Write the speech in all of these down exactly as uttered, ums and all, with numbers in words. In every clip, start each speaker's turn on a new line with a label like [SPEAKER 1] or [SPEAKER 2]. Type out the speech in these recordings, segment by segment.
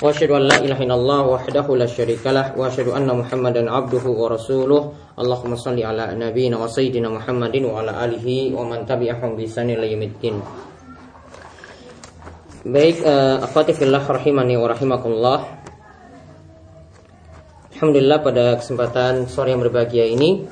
[SPEAKER 1] wa asyhadu an la ilaha illallah wahdahu la syarikalah wa asyhadu anna Muhammadan abduhu wa rasuluh. Allahumma shalli ala nabiyyina wa sayyidina Muhammadin wa ala alihi wa man tabi'ahum bi ihsan ila yaumiddin. Baik, uh, akhwati fillah rahimani wa rahimakumullah. Alhamdulillah, pada kesempatan sore yang berbahagia ini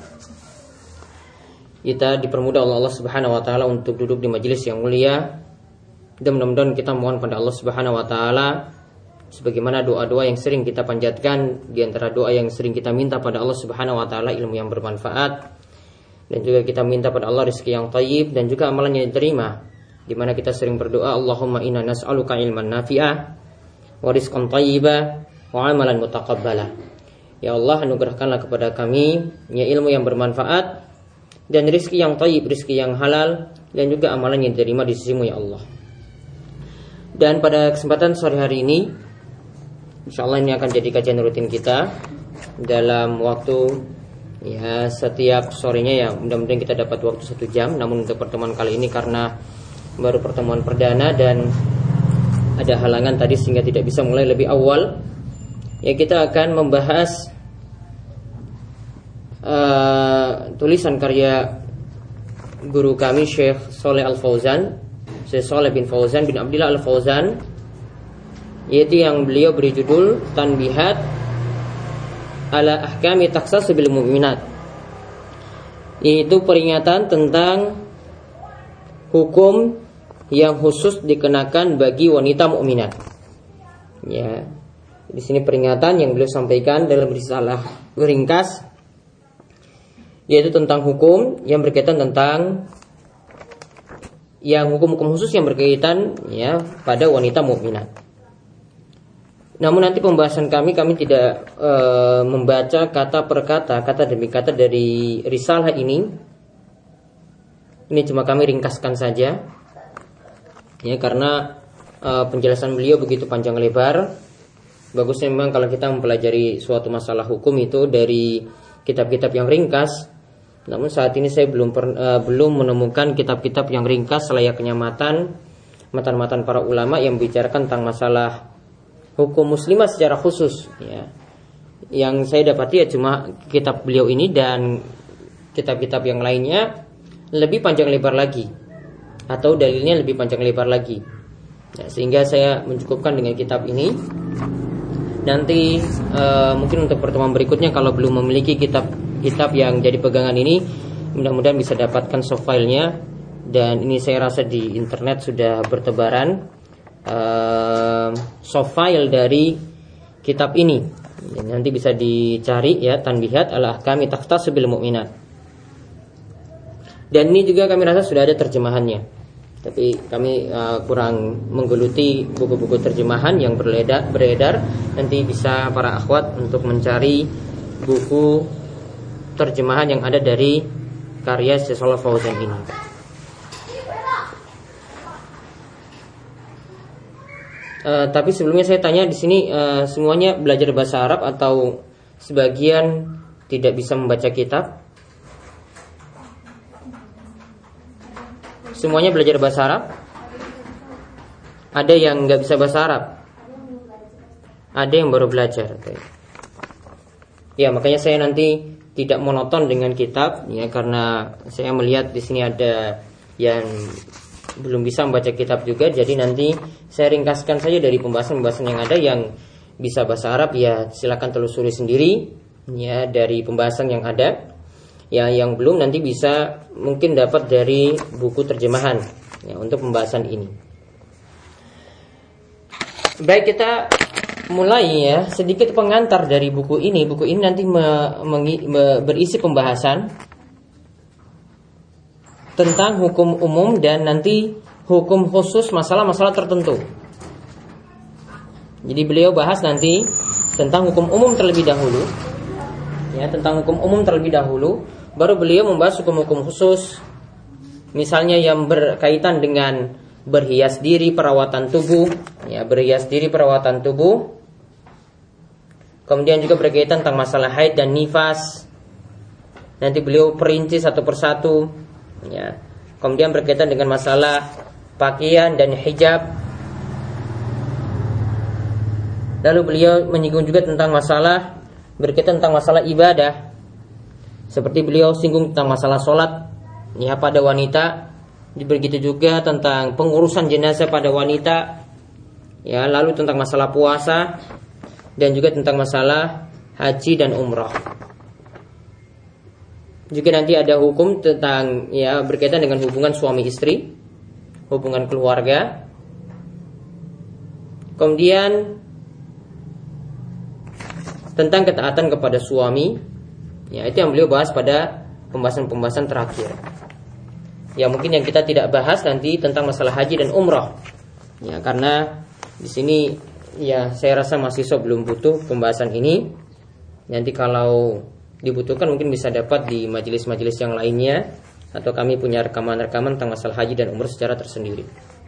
[SPEAKER 1] kita dipermudah oleh Allah Subhanahu wa taala untuk duduk di majelis yang mulia. Dan mudah-mudahan kita mohon pada Allah Subhanahu wa taala sebagaimana doa-doa yang sering kita panjatkan, di antara doa yang sering kita minta pada Allah Subhanahu wa taala ilmu yang bermanfaat, dan juga kita minta pada Allah rezeki yang thayyib dan juga amalan yang diterima, di mana kita sering berdoa, Allahumma inna nas'aluka ilman nafi'ah wa rizqan thayyiba wa amalan mutaqabbala. Ya Allah, anugerahkanlah kepada kami ya ilmu yang bermanfaat dan rezeki yang thayyib, rezeki yang halal, dan juga amalan yang diterima di sisimu ya Allah. Dan pada kesempatan sore hari ini, insyaallah ini akan jadi kajian rutin kita dalam waktu ya setiap sorenya ya, mudah-mudahan kita dapat waktu satu jam. Namun untuk pertemuan kali ini karena baru pertemuan perdana dan ada halangan tadi sehingga tidak bisa mulai lebih awal, ya kita akan membahas uh, tulisan karya guru kami Syekh Shalih Al-Fauzan, Syekh Shalih bin Fauzan bin Abdillah Al-Fauzan, yaitu yang beliau beri judul Tanbihat ala ahkami takhsasul mu'minat, yaitu peringatan tentang hukum yang khusus dikenakan bagi wanita mukminat. Ya, di sini peringatan yang beliau sampaikan dalam risalah ringkas, yaitu tentang hukum yang berkaitan tentang yang hukum-hukum khusus yang berkaitan ya pada wanita mukminat. Namun nanti pembahasan kami kami tidak e, membaca kata per kata, kata demi kata dari risalah ini. Ini cuma kami ringkaskan saja. Ya, karena e, penjelasan beliau begitu panjang lebar. Bagusnya memang kalau kita mempelajari suatu masalah hukum itu dari kitab-kitab yang ringkas. Namun saat ini saya belum per, uh, belum menemukan kitab-kitab yang ringkas selayaknya matan matan-matan para ulama yang membicarakan tentang masalah hukum muslimah secara khusus. Ya. Yang saya dapati ya cuma kitab beliau ini dan kitab-kitab yang lainnya lebih panjang lebar lagi, atau dalilnya lebih panjang lebar lagi. Ya, sehingga saya mencukupkan dengan kitab ini. Nanti uh, mungkin untuk pertemuan berikutnya kalau belum memiliki kitab kitab yang jadi pegangan ini, mudah-mudahan bisa dapatkan soft filenya. Dan ini saya rasa di internet sudah bertebaran uh, soft file dari kitab ini. Nanti bisa dicari ya, Tanbihat ala ahkami takhsasul mu'minat. Dan ini juga kami rasa sudah ada terjemahannya, tapi kami uh, kurang menggeluti buku-buku terjemahan yang beredar, beredar. Nanti bisa para akhwat untuk mencari buku terjemahan yang ada dari karya Syekh Shalih Fauzan ini. Uh, tapi sebelumnya saya tanya di sini uh, semuanya belajar bahasa Arab atau sebagian tidak bisa membaca kitab? Semuanya belajar bahasa Arab? Ada yang nggak bisa bahasa Arab? Ada yang baru belajar. Okay. Ya, makanya saya nanti tidak monoton dengan kitab, ya, karena saya melihat di sini ada yang belum bisa membaca kitab juga. Jadi nanti saya ringkaskan saja dari pembahasan-pembahasan yang ada. Yang bisa bahasa Arab ya silakan telusuri sendiri, ya, dari pembahasan yang ada. Ya, yang belum nanti bisa mungkin dapat dari buku terjemahan ya, untuk pembahasan ini. Baik, kita mulai ya, sedikit pengantar dari buku ini. Buku ini nanti me, me, me, berisi pembahasan tentang hukum umum dan nanti hukum khusus masalah-masalah tertentu. Jadi beliau bahas nanti tentang hukum umum terlebih dahulu, ya, tentang hukum umum terlebih dahulu, baru beliau membahas hukum-hukum khusus, misalnya yang berkaitan dengan berhias diri, perawatan tubuh, ya, berhias diri, perawatan tubuh. Kemudian juga berkaitan tentang masalah haid dan nifas. Nanti beliau perinci satu persatu, ya. Kemudian berkaitan dengan masalah pakaian dan hijab. Lalu beliau menyinggung juga tentang masalah berkaitan tentang masalah ibadah. Seperti beliau singgung tentang masalah sholat ya pada wanita. Begitu juga tentang pengurusan jenazah pada wanita. Ya, lalu tentang masalah puasa dan juga tentang masalah haji dan umrah. Juga nanti ada hukum tentang ya berkaitan dengan hubungan suami istri, hubungan keluarga. Kemudian tentang ketaatan kepada suami. Ya, itu yang beliau bahas pada pembahasan-pembahasan terakhir. Ya, mungkin yang kita tidak bahas nanti tentang masalah haji dan umrah. Ya, karena di sini ya saya rasa mahasiswa belum butuh pembahasan ini. Nanti kalau dibutuhkan mungkin bisa dapat di majelis-majelis yang lainnya, atau kami punya rekaman-rekaman tentang masalah haji dan umrah secara tersendiri.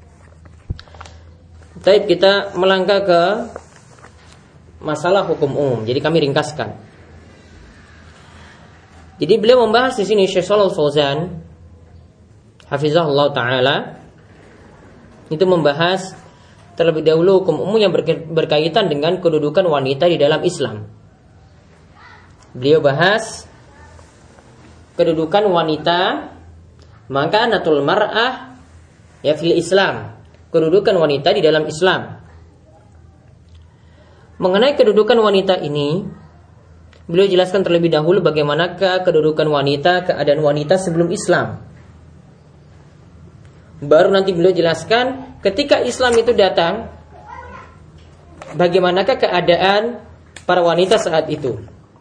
[SPEAKER 1] Baik, kita melangkah ke masalah hukum umum. Jadi kami ringkaskan. Jadi beliau membahas di sini Syekh Shalal Fauzan hafizahullah taala itu membahas terlebih dahulu hukum umum yang berkaitan dengan kedudukan wanita di dalam Islam. Beliau bahas kedudukan wanita, maka natul mar'ah ya fil Islam, kedudukan wanita di dalam Islam. Mengenai kedudukan wanita ini, beliau jelaskan terlebih dahulu bagaimanakah kedudukan wanita, keadaan wanita sebelum Islam. Baru nanti beliau jelaskan ketika Islam itu datang, bagaimanakah keadaan para wanita saat itu.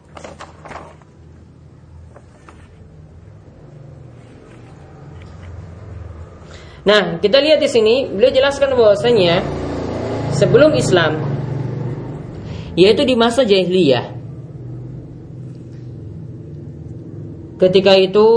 [SPEAKER 1] Nah, kita lihat di sini beliau jelaskan bahwasanya sebelum Islam, yaitu di masa jahiliyah, ketika itu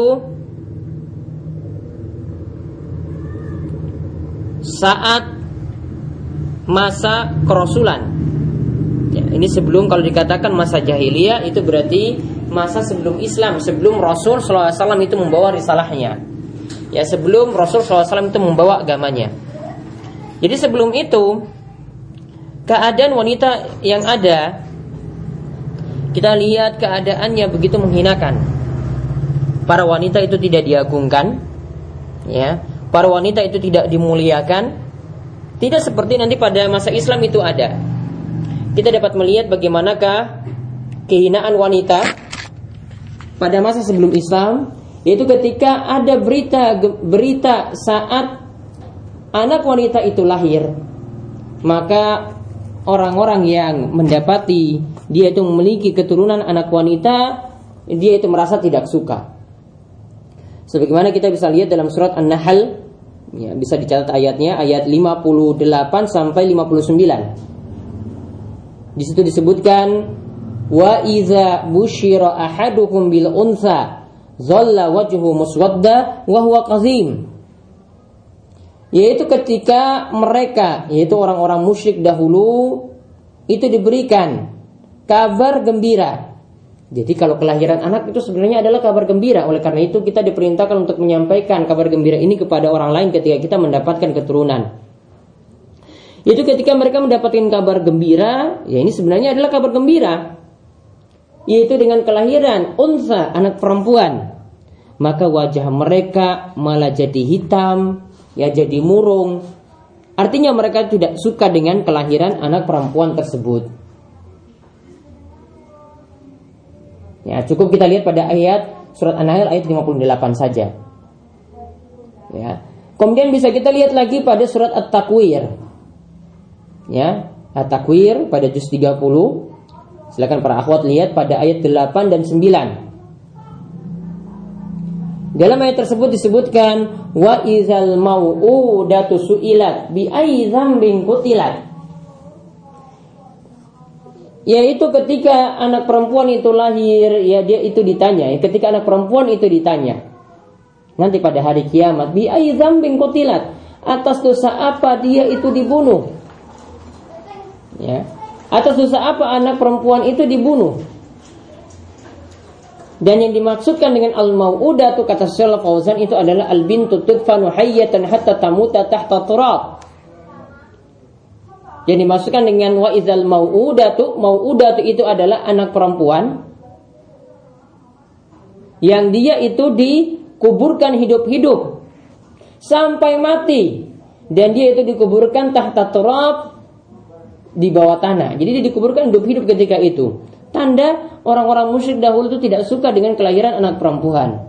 [SPEAKER 1] saat masa kerasulan. Ya, ini sebelum, kalau dikatakan masa jahiliyah itu berarti masa sebelum Islam, sebelum Rasul shallallahu alaihi wasallam itu membawa risalahnya. Ya, sebelum Rasul shallallahu alaihi wasallam itu membawa agamanya. Jadi sebelum itu keadaan wanita yang ada, kita lihat keadaannya begitu menghinakan. Para wanita itu tidak diagungkan, ya. Para wanita itu tidak dimuliakan. Tidak seperti nanti pada masa Islam itu ada. Kita dapat melihat bagaimanakah kehinaan wanita pada masa sebelum Islam, yaitu ketika ada berita berita saat anak wanita itu lahir, maka orang-orang yang mendapati dia itu memiliki keturunan anak wanita, dia itu merasa tidak suka. Sebagaimana kita bisa lihat dalam surat An-Nahl, ya, bisa dicatat ayatnya, ayat lima puluh delapan sampai lima puluh sembilan. Di situ disebutkan, wa iza busyira ahaduhum bil untha dhalla wajhu muswadda wa huwa qazim. Yaitu ketika mereka, yaitu orang-orang musyrik dahulu, itu diberikan kabar gembira. Jadi kalau kelahiran anak itu sebenarnya adalah kabar gembira. Oleh karena itu kita diperintahkan untuk menyampaikan kabar gembira ini kepada orang lain ketika kita mendapatkan keturunan. Itu ketika mereka mendapatkan kabar gembira, ya ini sebenarnya adalah kabar gembira, yaitu dengan kelahiran unsa, anak perempuan. Maka wajah mereka malah jadi hitam, ya jadi murung. Artinya mereka tidak suka dengan kelahiran anak perempuan tersebut. Ya, cukup kita lihat pada ayat surat An-Nahl ayat lima puluh delapan saja. Ya. Kemudian bisa kita lihat lagi pada surat At-Takwir. Ya, At-Takwir pada juz tiga puluh. Silakan para akhwat lihat pada ayat delapan dan sembilan. Dalam ayat tersebut disebutkan wa idzal mau'udatu su'ilat bi ayyi dzambin qutilat. Yaitu ketika anak perempuan itu lahir, ya dia itu ditanya, ya, ketika anak perempuan itu ditanya nanti pada hari kiamat, bi ayyi dzambin qutilat, atas dosa apa dia itu dibunuh? Ya, atas dosa apa anak perempuan itu dibunuh? Dan yang dimaksudkan dengan al-mau'udatu kata Syekh Fauzan itu adalah al-bintu tudfanu hayyatan hatta tamuta tahta turab. Yang dimaksudkan dengan wa idzal mau'udatu, mau'udatu itu adalah anak perempuan yang dia itu dikuburkan hidup-hidup sampai mati, dan dia itu dikuburkan tahta turab, di bawah tanah. Jadi dia dikuburkan hidup-hidup ketika itu. Tanda orang-orang musyrik dahulu itu tidak suka dengan kelahiran anak perempuan.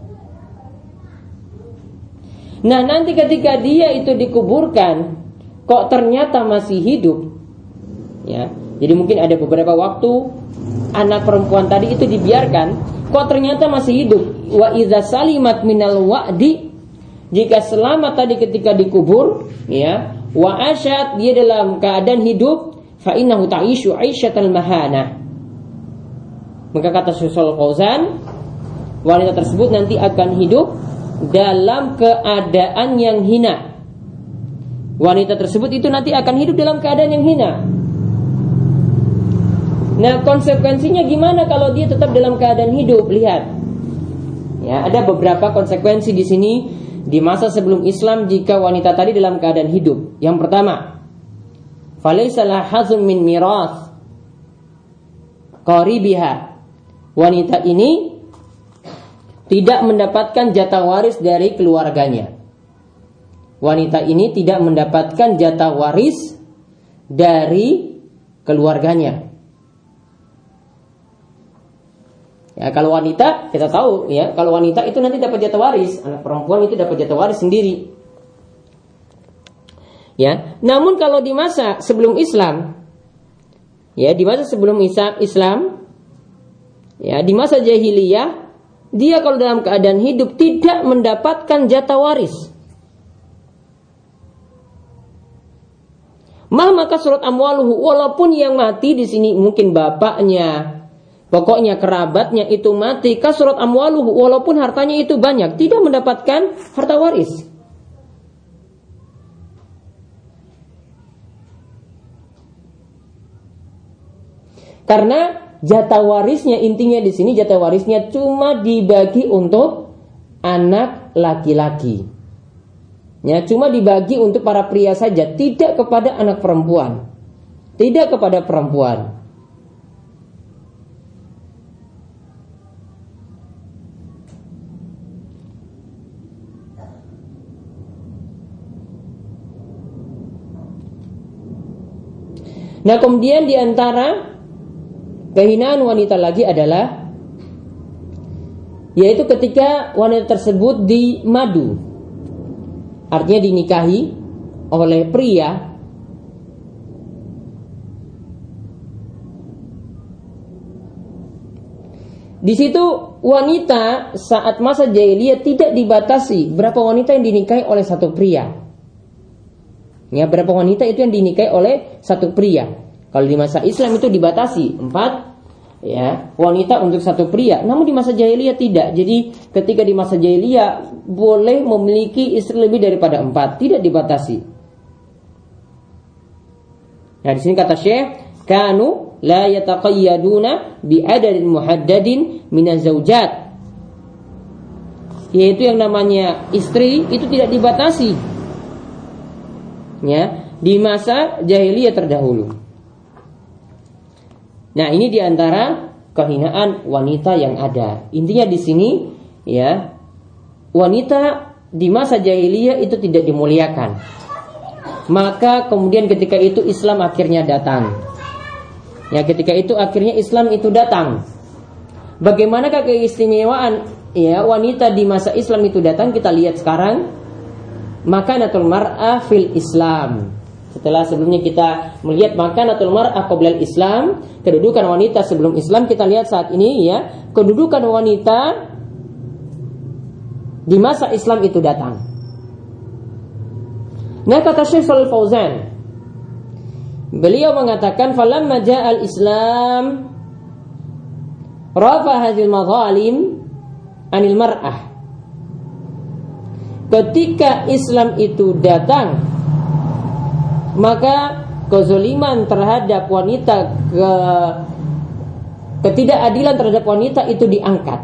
[SPEAKER 1] Nah, nanti ketika dia itu dikuburkan, kok ternyata masih hidup, ya. Jadi mungkin ada beberapa waktu anak perempuan tadi itu dibiarkan, kok ternyata masih hidup. Wa idza salimat minal wa'di, jika selamat tadi ketika dikubur, ya, wa asyad, dia dalam keadaan hidup, fa innahu ta'ishu 'aisyatal mahana. Maka kata Syekh Fauzan, wanita tersebut nanti akan hidup dalam keadaan yang hina. Wanita tersebut itu nanti akan hidup dalam keadaan yang hina. Nah, konsekuensinya gimana kalau dia tetap dalam keadaan hidup? Lihat, ya, ada beberapa konsekuensi di sini di masa sebelum Islam jika wanita tadi dalam keadaan hidup. Yang pertama, falaysa la hazum min mirath qaribiha. Wanita ini tidak mendapatkan jatah waris dari keluarganya. Wanita ini tidak mendapatkan jatah waris dari keluarganya. Ya, kalau wanita kita tahu, ya, kalau wanita itu nanti dapat jatah waris, anak perempuan itu dapat jatah waris sendiri. Ya, namun kalau di masa sebelum Islam, ya, di masa sebelum Islam, ya, di masa jahiliyah, dia kalau dalam keadaan hidup tidak mendapatkan jatah waris. Mal maka surat amwaluhu, walaupun yang mati di sini mungkin bapaknya, pokoknya kerabatnya itu mati, kasurat amwaluhu, walaupun hartanya itu banyak, tidak mendapatkan harta waris. Karena jatah warisnya, intinya di sini jatah warisnya cuma dibagi untuk anak laki-laki. Ya, cuma dibagi untuk para pria saja, tidak kepada anak perempuan. Tidak kepada perempuan. Nah, kemudian di antara kehinaan wanita lagi adalah, yaitu ketika wanita tersebut dimadu, artinya dinikahi oleh pria, di situ wanita saat masa jahiliyah tidak dibatasi berapa wanita yang dinikahi oleh satu pria. Ya, berapa wanita itu yang dinikahi oleh satu pria. Kalau di masa Islam itu dibatasi empat, ya, wanita untuk satu pria. Namun di masa jahiliyah tidak. Jadi ketika di masa jahiliyah boleh memiliki istri lebih daripada empat, tidak dibatasi. Nah, di sini kata Syekh, kanu la yataqayyaduna bi adadin muhaddadin minaz zaujat. Yaitu yang namanya istri itu tidak dibatasi. Ya, di masa jahiliyah terdahulu. Nah, ini diantara kehinaan wanita yang ada. Intinya di sini, ya, wanita di masa jahiliyah itu tidak dimuliakan. Maka kemudian ketika itu Islam akhirnya datang. Ya, ketika itu akhirnya Islam itu datang. Bagaimanakah keistimewaan, ya, wanita di masa Islam itu datang? Kita lihat sekarang. Makanatul mar'ah fil Islam. Setelah sebelumnya kita melihat makanatul mar'ah qoblal Islam, kedudukan wanita sebelum Islam, kita lihat saat ini, ya, kedudukan wanita di masa Islam itu datang. Nah, kata Syekh Shalih Fauzan, beliau mengatakan falamma ja'al Islam rafa hadhil madhalim anil mar'ah. Ketika Islam itu datang, maka kezaliman terhadap wanita, ke, ketidakadilan terhadap wanita itu diangkat.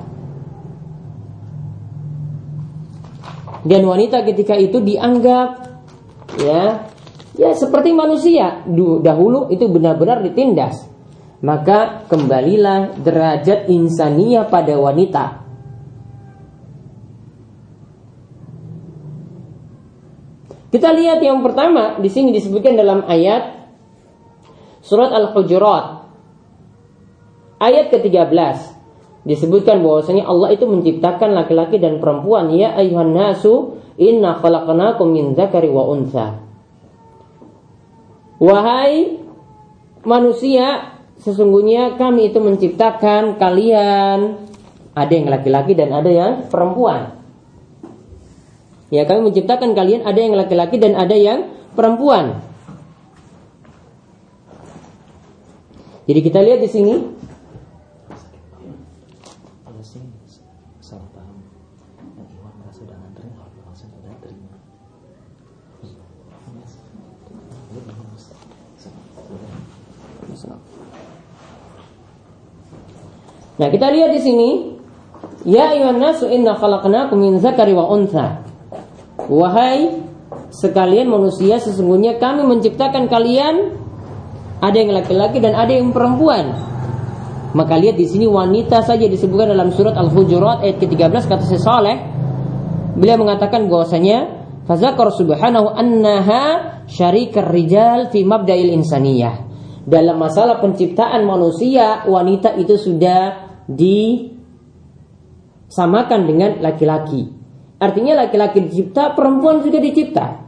[SPEAKER 1] Dan wanita ketika itu dianggap, ya, ya seperti manusia dahulu itu benar-benar ditindas. Maka kembalilah derajat insaniyah pada wanita. Kita lihat yang pertama di sini disebutkan dalam ayat surat Al-Hujurat ayat ke tiga belas. Disebutkan bahwasanya Allah itu menciptakan laki-laki dan perempuan. Ya ayyuhan nasu inna khalaqnakum min dzakari wa untha. Wahai manusia, sesungguhnya kami itu menciptakan kalian, ada yang laki-laki dan ada yang perempuan. Ya, kami menciptakan kalian, ada yang laki-laki dan ada yang perempuan. Jadi kita lihat di sini. Nah, kita lihat di sini, ya ayyuhan nasu inna khalaqnakum min dzakari wa untha. Wahai sekalian manusia, sesungguhnya kami menciptakan kalian, ada yang laki-laki dan ada yang perempuan. Maka lihat di sini wanita saja disebutkan dalam surat Al-Hujurat ayat ke tiga belas, kata Syekh Saleh, beliau mengatakan bahwasanya fazakar subhanahu annaha syarikar rijal fi mabda'il insaniyah. Dalam masalah penciptaan manusia, wanita itu sudah disamakan dengan laki-laki. Artinya laki-laki dicipta, perempuan juga dicipta.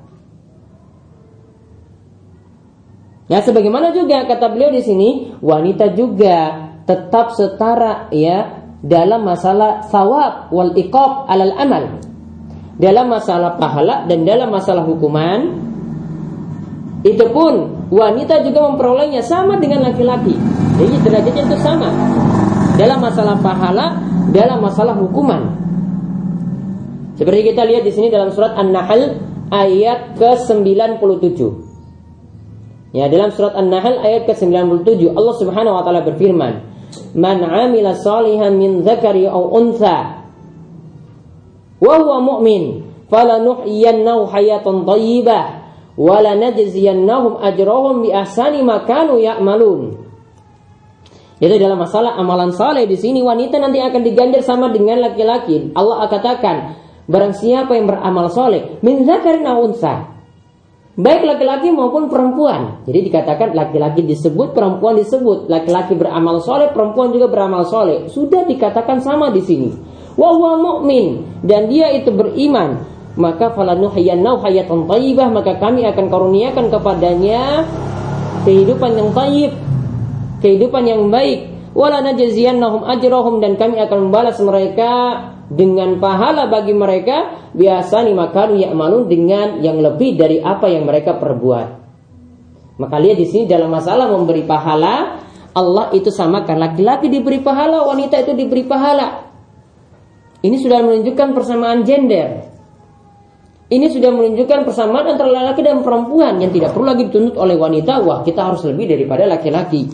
[SPEAKER 1] Ya, sebagaimana juga kata beliau di sini, wanita juga tetap setara ya dalam masalah thawab wal iqab alal amal. Dalam masalah pahala dan dalam masalah hukuman, itu pun wanita juga memperolehnya sama dengan laki-laki. Jadi derajatnya itu sama dalam masalah pahala, dalam masalah hukuman. Seperti kita lihat di sini dalam surat An-Nahl ayat ke sembilan puluh tujuh. Ya, dalam surat An-Nahl ayat ke sembilan puluh tujuh Allah Subhanahu wa taala berfirman, "Man 'amila shalihan min dzakari aw untha wa huwa mu'min, falanuhyiyannahu hayatan thayyibah wa lanajziyannahum ajrahum bi ahsani ma kanu ya'malun." Jadi dalam masalah amalan saleh di sini wanita nanti akan diganjar sama dengan laki-laki. Allah katakan, barang siapa yang beramal saleh min dzakarin aw untha, baik laki-laki maupun perempuan. Jadi dikatakan laki-laki disebut, perempuan disebut. Laki-laki beramal saleh, perempuan juga beramal saleh. Sudah dikatakan sama di sini. Wa huwa mu'min, dan dia itu beriman. Maka falanuhyiyannahu hayatan thayyibah, maka kami akan karuniakan kepadanya kehidupan yang thayyib, kehidupan yang baik. Wala najziyannahum ajrahum, dan kami akan membalas mereka dengan pahala bagi mereka biasani makanu ya'malun, dengan yang lebih dari apa yang mereka perbuat. Maka lihat di sini dalam masalah memberi pahala, Allah itu samakan laki-laki diberi pahala, wanita itu diberi pahala. Ini sudah menunjukkan persamaan gender. Ini sudah menunjukkan persamaan antara laki-laki dan perempuan yang tidak perlu lagi dituntut oleh wanita. Wah, kita harus lebih daripada laki-laki.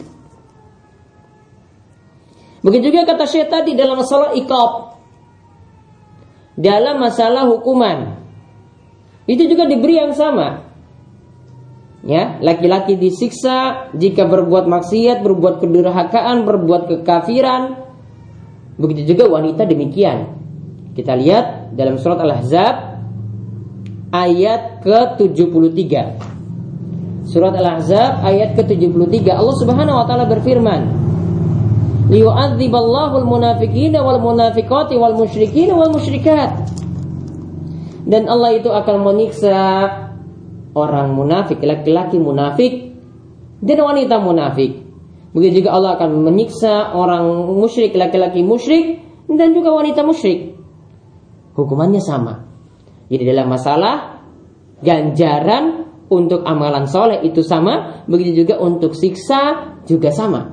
[SPEAKER 1] Begitu juga kata Syekh tadi dalam masalah iqab, dalam masalah hukuman, itu juga diberi yang sama. Ya, laki-laki disiksa jika berbuat maksiat, berbuat kedurhakaan, berbuat kekafiran. Begitu juga wanita demikian. Kita lihat dalam surat Al-Ahzab ayat ke tujuh puluh tiga. Surat Al-Ahzab ayat ke tujuh puluh tiga, Allah Subhanahu wa taala berfirman, liyu'adziballahul munafiqina wal munafiqati wal musyrikina wal musyrikat. Dan Allah itu akan menyiksa orang munafik, laki-laki munafik dan wanita munafik. Begitu juga Allah akan menyiksa orang musyrik, laki-laki musyrik dan juga wanita musyrik. Hukumannya sama. Jadi dalam masalah ganjaran untuk amalan soleh itu sama, begitu juga untuk siksa juga sama.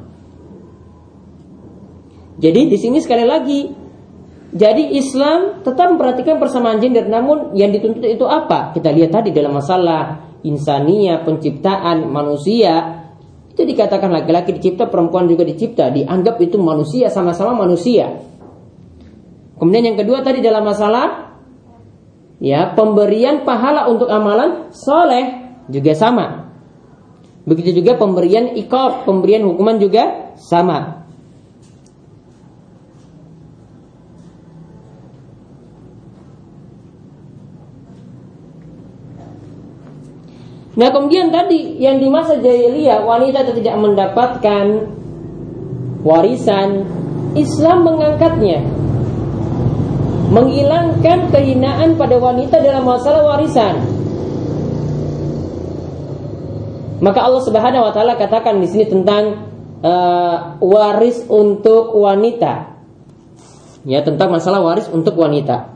[SPEAKER 1] Jadi di sini sekali lagi, jadi Islam tetap memperhatikan persamaan gender, namun yang dituntut itu apa? Kita lihat tadi dalam masalah insania, penciptaan manusia, itu dikatakan laki-laki dicipta, perempuan juga dicipta, dianggap itu manusia, sama-sama manusia. Kemudian yang kedua tadi dalam masalah ya pemberian pahala untuk amalan soleh, juga sama. Begitu juga pemberian iqab, pemberian hukuman juga sama. Nah kemudian tadi yang di masa jahiliyah wanita tidak mendapatkan warisan, Islam mengangkatnya, menghilangkan kehinaan pada wanita dalam masalah warisan. Maka Allah Subhanahu wa taala katakan di sini tentang uh, waris untuk wanita. Ya, tentang masalah waris untuk wanita.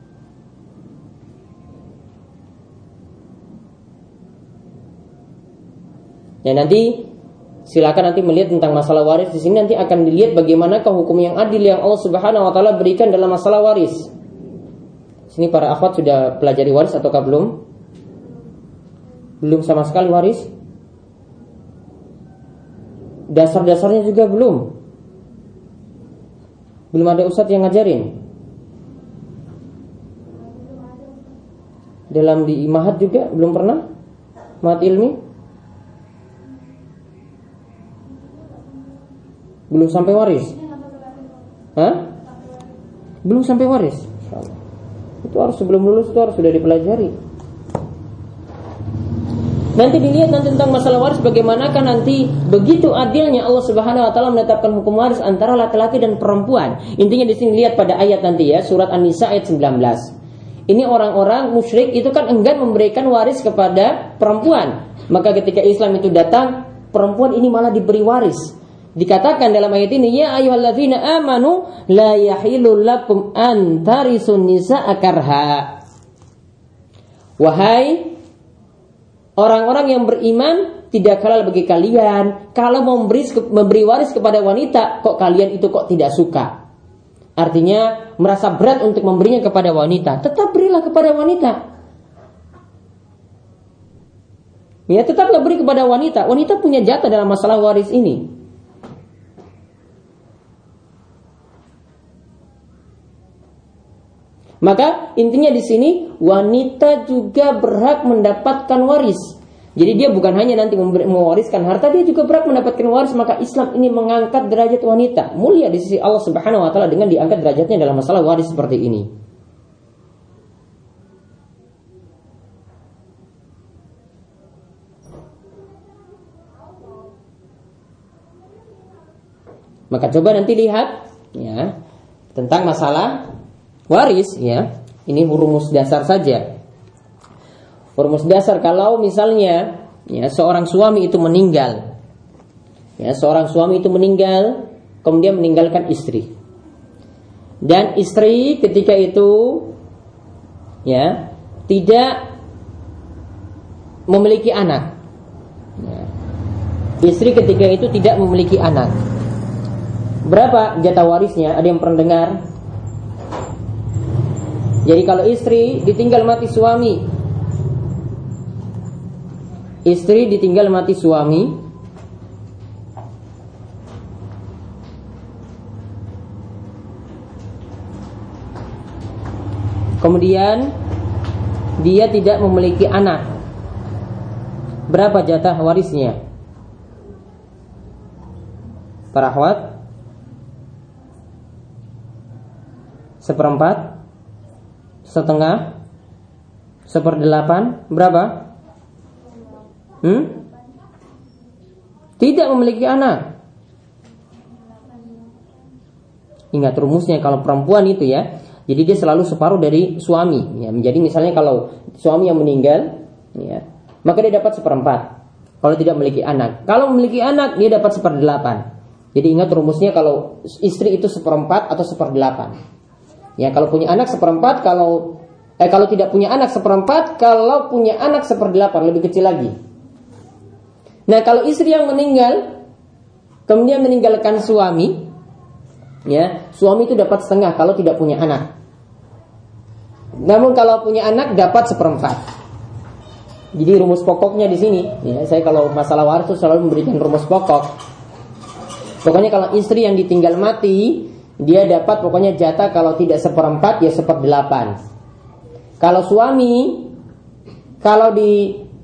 [SPEAKER 1] Ya, nanti silakan nanti melihat tentang masalah waris di sini, nanti akan dilihat bagaimanakah hukum yang adil yang Allah Subhanahu wa taala berikan dalam masalah waris. Sini para akhwat sudah pelajari waris ataukah belum? Belum sama sekali waris? Dasar-dasarnya juga belum. Belum ada ustadz yang ngajarin. Dalam di Mahat juga belum pernah? Mahat ilmi? Belum sampai waris? Hah? Belum sampai waris? Itu harus sebelum lulus itu harus sudah dipelajari. Nanti dilihat nanti tentang masalah waris bagaimanakah nanti begitu adilnya Allah Subhanahu wa taala menetapkan hukum waris antara laki-laki dan perempuan. Intinya di sini lihat pada ayat nanti ya, surat An-Nisa ayat sembilan belas. Ini orang-orang musyrik itu kan enggan memberikan waris kepada perempuan. Maka ketika Islam itu datang, perempuan ini malah diberi waris. Dikatakan dalam ayat ini, ya ayyuhalladzina amanu la yahillu lakum an tarisun nisaa karha. Wahai orang-orang yang beriman, tidak halal bagi kalian kalau memberi memberi waris kepada wanita kok kalian itu kok tidak suka. Artinya merasa berat untuk memberinya kepada wanita, tetap berilah kepada wanita. Ya, tetaplah beri kepada wanita. Wanita punya jatah dalam masalah waris ini. Maka intinya di sini wanita juga berhak mendapatkan waris. Jadi dia bukan hanya nanti mewariskan harta, dia juga berhak mendapatkan waris. Maka Islam ini mengangkat derajat wanita, mulia di sisi Allah Subhanahu wa taala dengan diangkat derajatnya dalam masalah waris seperti ini. Maka coba nanti lihat ya tentang masalah waris ya. Ini rumus dasar saja. Rumus dasar kalau misalnya ya seorang suami itu meninggal. Ya, seorang suami itu meninggal kemudian meninggalkan istri. Dan istri ketika itu ya tidak memiliki anak. Ya. Istri ketika itu tidak memiliki anak. Berapa jatah warisnya? Ada yang pernah dengar? Jadi kalau istri ditinggal mati suami, istri ditinggal mati suami, kemudian dia tidak memiliki anak, berapa jatah warisnya? Para akhwat, seperempat, setengah, seperdelapan, berapa? Hmm? Tidak memiliki anak. Ingat rumusnya kalau perempuan itu ya, jadi dia selalu separuh dari suami. Ya, menjadi misalnya kalau suami yang meninggal, ya, maka dia dapat seperempat. Kalau tidak memiliki anak, kalau memiliki anak dia dapat seperdelapan. Jadi ingat rumusnya kalau istri itu seperempat atau seperdelapan. Ya, kalau punya anak seperempat, kalau eh kalau tidak punya anak seperempat, kalau punya anak seperdelapan, lebih kecil lagi. Nah, kalau istri yang meninggal kemudian meninggalkan suami, ya, suami itu dapat setengah kalau tidak punya anak. Namun kalau punya anak dapat seperempat. Jadi rumus pokoknya di sini, ya, saya kalau masalah waris itu selalu memberikan rumus pokok. Pokoknya kalau istri yang ditinggal mati, dia dapat pokoknya jatah kalau tidak seperempat ya seperdelapan. Kalau suami, kalau di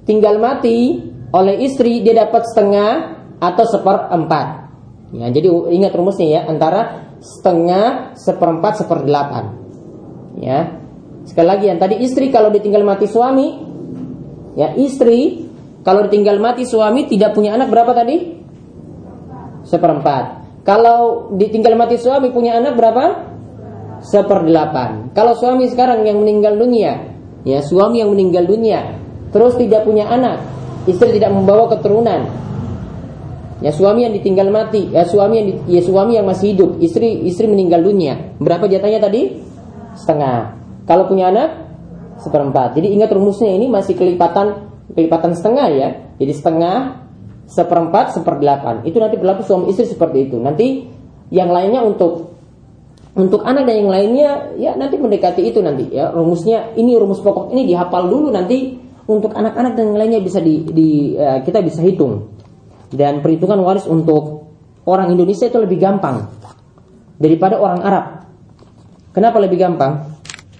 [SPEAKER 1] tinggal mati oleh istri, dia dapat setengah atau seperempat. Ya, jadi ingat rumusnya ya, antara setengah, seperempat, seperdelapan. Ya. Sekali lagi yang tadi, istri kalau ditinggal mati suami, ya istri kalau ditinggal mati suami tidak punya anak berapa tadi? Seperempat. Kalau ditinggal mati suami punya anak berapa? Seperdelapan. Kalau suami sekarang yang meninggal dunia, ya suami yang meninggal dunia, terus tidak punya anak, istri tidak membawa keturunan, ya suami yang ditinggal mati, ya suami yang ya suami yang masih hidup, istri istri meninggal dunia, berapa jatahnya tadi? Setengah. Kalau punya anak seperempat. Jadi ingat rumusnya ini masih kelipatan kelipatan setengah ya. Jadi setengah, seperempat, seperdelapan. Itu nanti berlaku suami istri seperti itu. Nanti yang lainnya untuk untuk anak dan yang lainnya ya nanti mendekati itu nanti ya. Rumusnya ini rumus pokok ini dihafal dulu, nanti untuk anak-anak dan yang lainnya bisa di, di uh, kita bisa hitung. Dan perhitungan waris untuk orang Indonesia itu lebih gampang daripada orang Arab. Kenapa lebih gampang?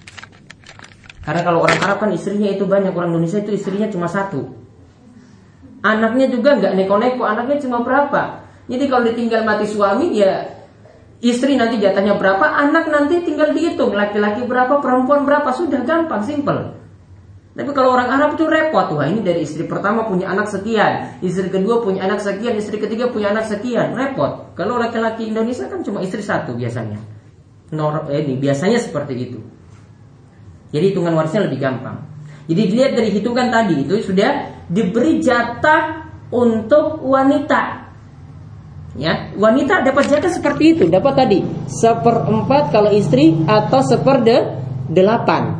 [SPEAKER 1] Karena kalau orang Arab kan istrinya itu banyak, orang Indonesia itu istrinya cuma satu. Anaknya juga nggak neko-neko, anaknya cuma berapa. Jadi kalau ditinggal mati suami ya istri nanti jatahnya berapa, anak nanti tinggal dihitung laki-laki berapa, perempuan berapa, sudah gampang, simple. Tapi kalau orang Arab itu repot, wah ini dari istri pertama punya anak sekian, istri kedua punya anak sekian, istri ketiga punya anak sekian, repot. Kalau laki-laki Indonesia kan cuma istri satu biasanya. Nor, eh, ini biasanya seperti itu. Jadi hitungan warisnya lebih gampang. Jadi dilihat dari hitungan tadi itu sudah diberi jatah untuk wanita. Ya, wanita dapat jatah seperti itu, dapat tadi seperempat kalau istri atau seperdelapan.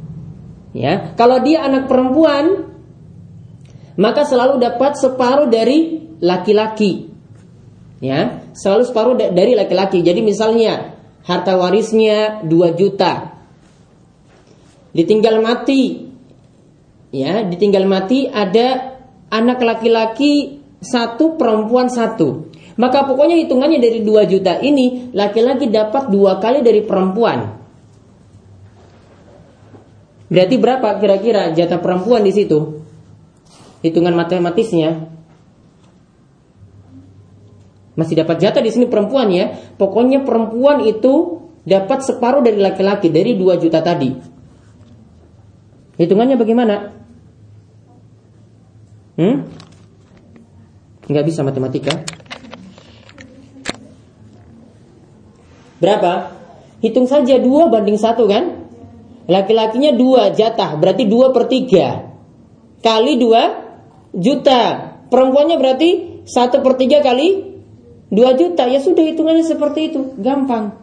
[SPEAKER 1] Ya, kalau dia anak perempuan maka selalu dapat separuh dari laki-laki. Ya, selalu separuh dari laki-laki. Jadi misalnya harta warisnya dua juta. Ditinggal mati, ya, ditinggal mati ada anak laki-laki satu, perempuan satu. Maka pokoknya hitungannya dari dua juta ini laki-laki dapat dua kali dari perempuan. Berarti berapa kira-kira jatah perempuan di situ? Hitungan matematisnya. Masih dapat jatah di sini perempuan ya. Pokoknya perempuan itu dapat separuh dari laki-laki dari dua juta tadi. Hitungannya bagaimana? Hmm? Nggak bisa matematika. Berapa? Hitung saja dua banding satu kan? Laki-lakinya dua jatah, berarti dua per tiga kali dua juta. Perempuannya berarti satu per tiga kali dua juta. Ya sudah hitungannya seperti itu, gampang.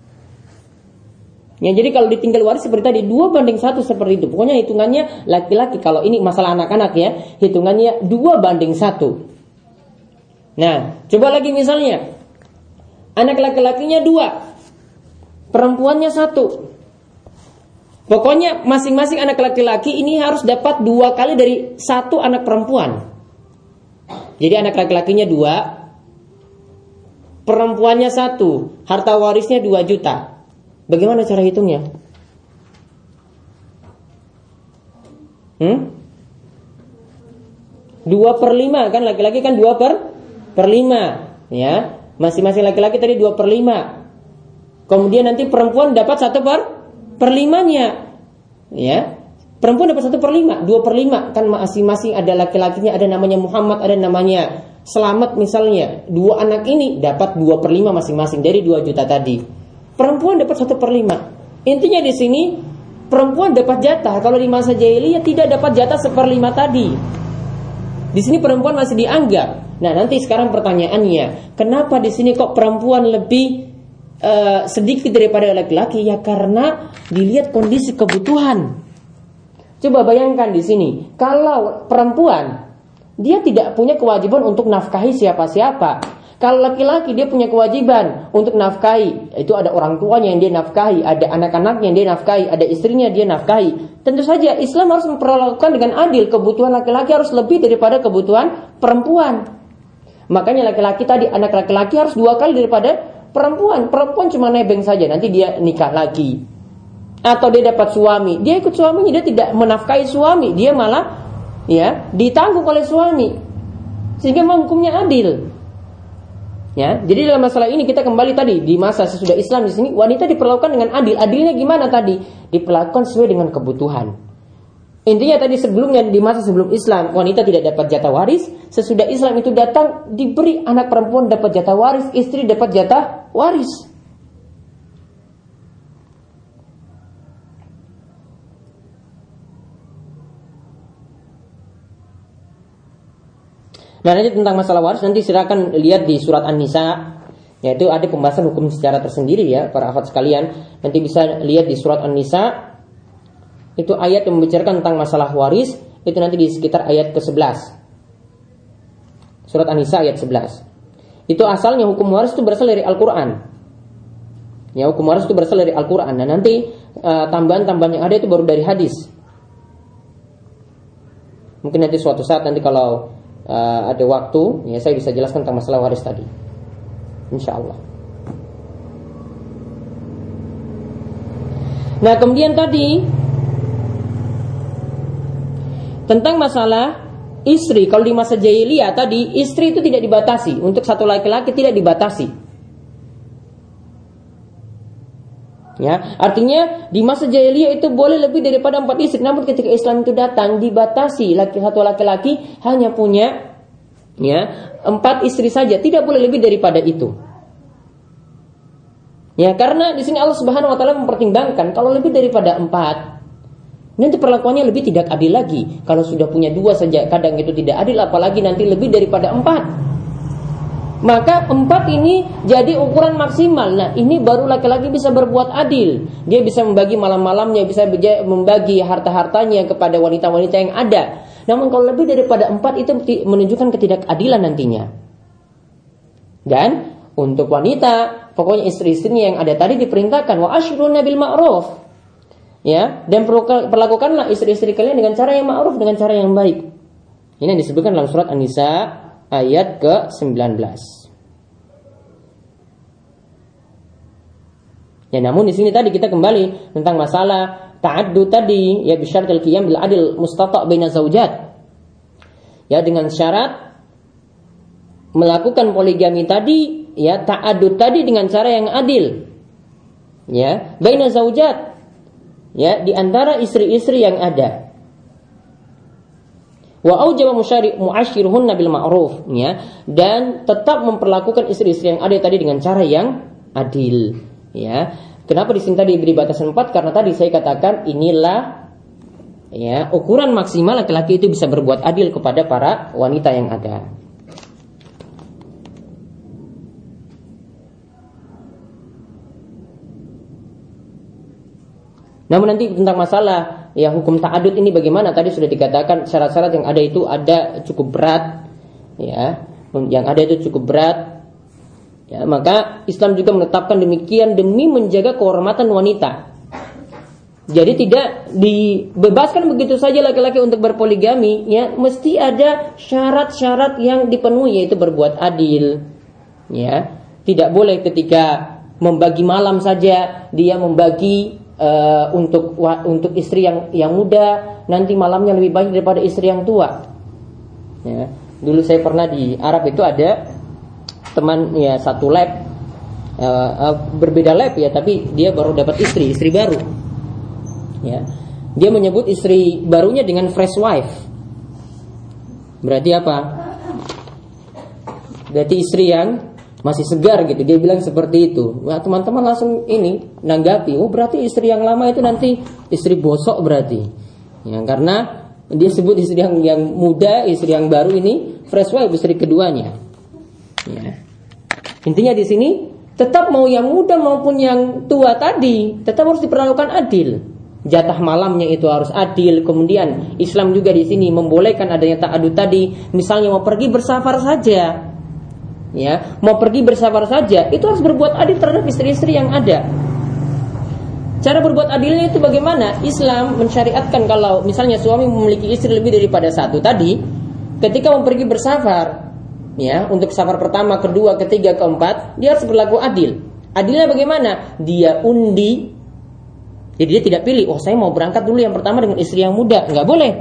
[SPEAKER 1] Ya, jadi kalau ditinggal waris seperti tadi dua banding satu seperti itu. Pokoknya hitungannya laki-laki. Kalau ini masalah anak-anak ya, hitungannya dua banding satu. Nah, coba lagi misalnya anak laki-lakinya dua, perempuannya satu. Pokoknya masing-masing anak laki-laki ini harus dapat dua kali dari satu anak perempuan. Jadi anak laki-lakinya dua, perempuannya satu, harta warisnya dua juta. Bagaimana cara hitungnya? Hmm? Dua per lima kan, laki-laki kan dua per per lima, ya. Masing-masing laki-laki tadi dua per lima. Kemudian nanti perempuan dapat satu per per limanya, ya. Perempuan dapat satu per lima, dua per lima kan masing-masing ada laki-lakinya, ada namanya Muhammad, ada namanya Selamat misalnya. Dua anak ini dapat dua per lima masing-masing dari dua juta tadi. Perempuan dapat satu per lima. Intinya di sini perempuan dapat jatah. Kalau di masa jahiliyah tidak dapat jatah seperlima tadi. Di sini perempuan masih dianggap. Nah nanti sekarang pertanyaannya, kenapa di sini kok perempuan lebih uh, sedikit daripada laki-laki? Ya karena dilihat kondisi kebutuhan. Coba bayangkan di sini, kalau perempuan dia tidak punya kewajiban untuk nafkahi siapa-siapa. Kalau laki-laki dia punya kewajiban untuk nafkahi. Itu ada orang tuanya yang dia nafkahi, ada anak-anaknya yang dia nafkahi, ada istrinya dia nafkahi. Tentu saja Islam harus memperlakukan dengan adil. Kebutuhan laki-laki harus lebih daripada kebutuhan perempuan. Makanya laki-laki tadi, anak laki-laki harus dua kali daripada perempuan. Perempuan cuma nebeng saja, nanti dia nikah lagi. Atau dia dapat suami, dia ikut suaminya, dia tidak menafkahi suami, dia malah ya ditanggung oleh suami, sehingga hukumnya adil. Ya, jadi dalam masalah ini kita kembali tadi di masa sesudah Islam di sini wanita diperlakukan dengan adil. Adilnya gimana tadi? Diperlakukan sesuai dengan kebutuhan. Intinya tadi sebelumnya di masa sebelum Islam wanita tidak dapat jatah waris, sesudah Islam itu datang diberi anak perempuan dapat jatah waris, istri dapat jatah waris. Nah, nanti tentang masalah waris nanti silakan lihat di surat An-Nisa, yaitu ada pembahasan hukum secara tersendiri ya para akhwat sekalian. Nanti bisa lihat di surat An-Nisa. Itu ayat yang membicarakan tentang masalah waris, itu nanti di sekitar ayat ke sebelas. Surat An-Nisa ayat sebelas. Itu asalnya hukum waris itu berasal dari Al-Qur'an. Ya, hukum waris itu berasal dari Al-Qur'an. Nah, nanti uh, tambahan-tambahan yang ada itu baru dari hadis. Mungkin nanti suatu saat nanti kalau uh, ada waktu, ya saya bisa jelaskan tentang masalah waris tadi. Insyaallah. Nah, kemudian tadi tentang masalah istri, kalau di masa jahiliyah tadi istri itu tidak dibatasi, untuk satu laki-laki tidak dibatasi. Ya, artinya di masa jahiliyah itu boleh lebih daripada empat istri, namun ketika Islam itu datang dibatasi, laki satu laki-laki hanya punya ya empat istri saja, tidak boleh lebih daripada itu. Ya, karena di sini Allah Subhanahu wa taala mempertimbangkan kalau lebih daripada empat nanti perlakuannya lebih tidak adil lagi. Kalau sudah punya dua saja kadang itu tidak adil, apalagi nanti lebih daripada empat. Maka empat ini jadi ukuran maksimal. Nah, ini baru laki-laki bisa berbuat adil. Dia bisa membagi malam-malamnya, bisa membagi harta-hartanya kepada wanita-wanita yang ada. Namun kalau lebih daripada empat itu menunjukkan ketidakadilan nantinya. Dan untuk wanita, pokoknya istri-istrinya yang ada tadi diperintahkan wa asyruna bil ma'ruf. Ya, dan perlakukanlah istri-istri kalian dengan cara yang ma'ruf, dengan cara yang baik. Ini yang disebutkan dalam surat An-Nisa ayat ke sembilan belas. Ya, namun di sini tadi kita kembali tentang masalah ta'addud tadi, ya bisyaratil qiyam bil adil mustata' baina zaujat. Ya, dengan syarat melakukan poligami tadi, ya ta'addud tadi dengan cara yang adil. Ya, baina zaujat. Ya, di antara istri-istri yang ada. Wa aujaba mu'asyiruhunna bil ma'ruf, ya, dan tetap memperlakukan istri-istri yang ada tadi dengan cara yang adil, ya. Kenapa di sini tadi diberi batasan empat? Karena tadi saya katakan inilah ya ukuran maksimal laki-laki itu bisa berbuat adil kepada para wanita yang ada. Namun nanti tentang masalah ya hukum ta'adud ini bagaimana? Tadi sudah dikatakan syarat-syarat yang ada itu ada cukup berat, ya, yang ada itu cukup berat. Ya, maka Islam juga menetapkan demikian demi menjaga kehormatan wanita. Jadi tidak dibebaskan begitu saja laki-laki untuk berpoligami, ya, mesti ada syarat-syarat yang dipenuhi, yaitu berbuat adil. Ya, tidak boleh ketika membagi malam saja dia membagi Uh, untuk untuk istri yang yang muda nanti malamnya lebih banyak daripada istri yang tua. Ya, dulu saya pernah di Arab itu ada teman ya satu lab uh, uh, berbeda lab ya, tapi dia baru dapat istri istri baru. Ya, dia menyebut istri barunya dengan fresh wife. Berarti apa? Berarti istri yang masih segar gitu, dia bilang seperti itu. Nah, teman-teman langsung ini nanggapi, oh berarti istri yang lama itu nanti istri bosok berarti. Ya, karena dia sebut istri yang yang muda, istri yang baru ini fresh wife, istri keduanya. Ya. Intinya di sini tetap mau yang muda maupun yang tua tadi tetap harus diperlakukan adil. Jatah malamnya itu harus adil. Kemudian Islam juga di sini membolehkan adanya ta'adud tadi. Misalnya mau pergi bersafar saja. Ya, mau pergi bersafar saja itu harus berbuat adil terhadap istri-istri yang ada. Cara berbuat adilnya itu bagaimana? Islam mensyariatkan kalau misalnya suami memiliki istri lebih daripada satu tadi, ketika mau pergi bersafar, ya, untuk safar pertama, kedua, ketiga, keempat, dia harus berlaku adil. Adilnya bagaimana? Dia undi. Jadi dia tidak pilih, oh saya mau berangkat dulu yang pertama dengan istri yang muda, nggak boleh.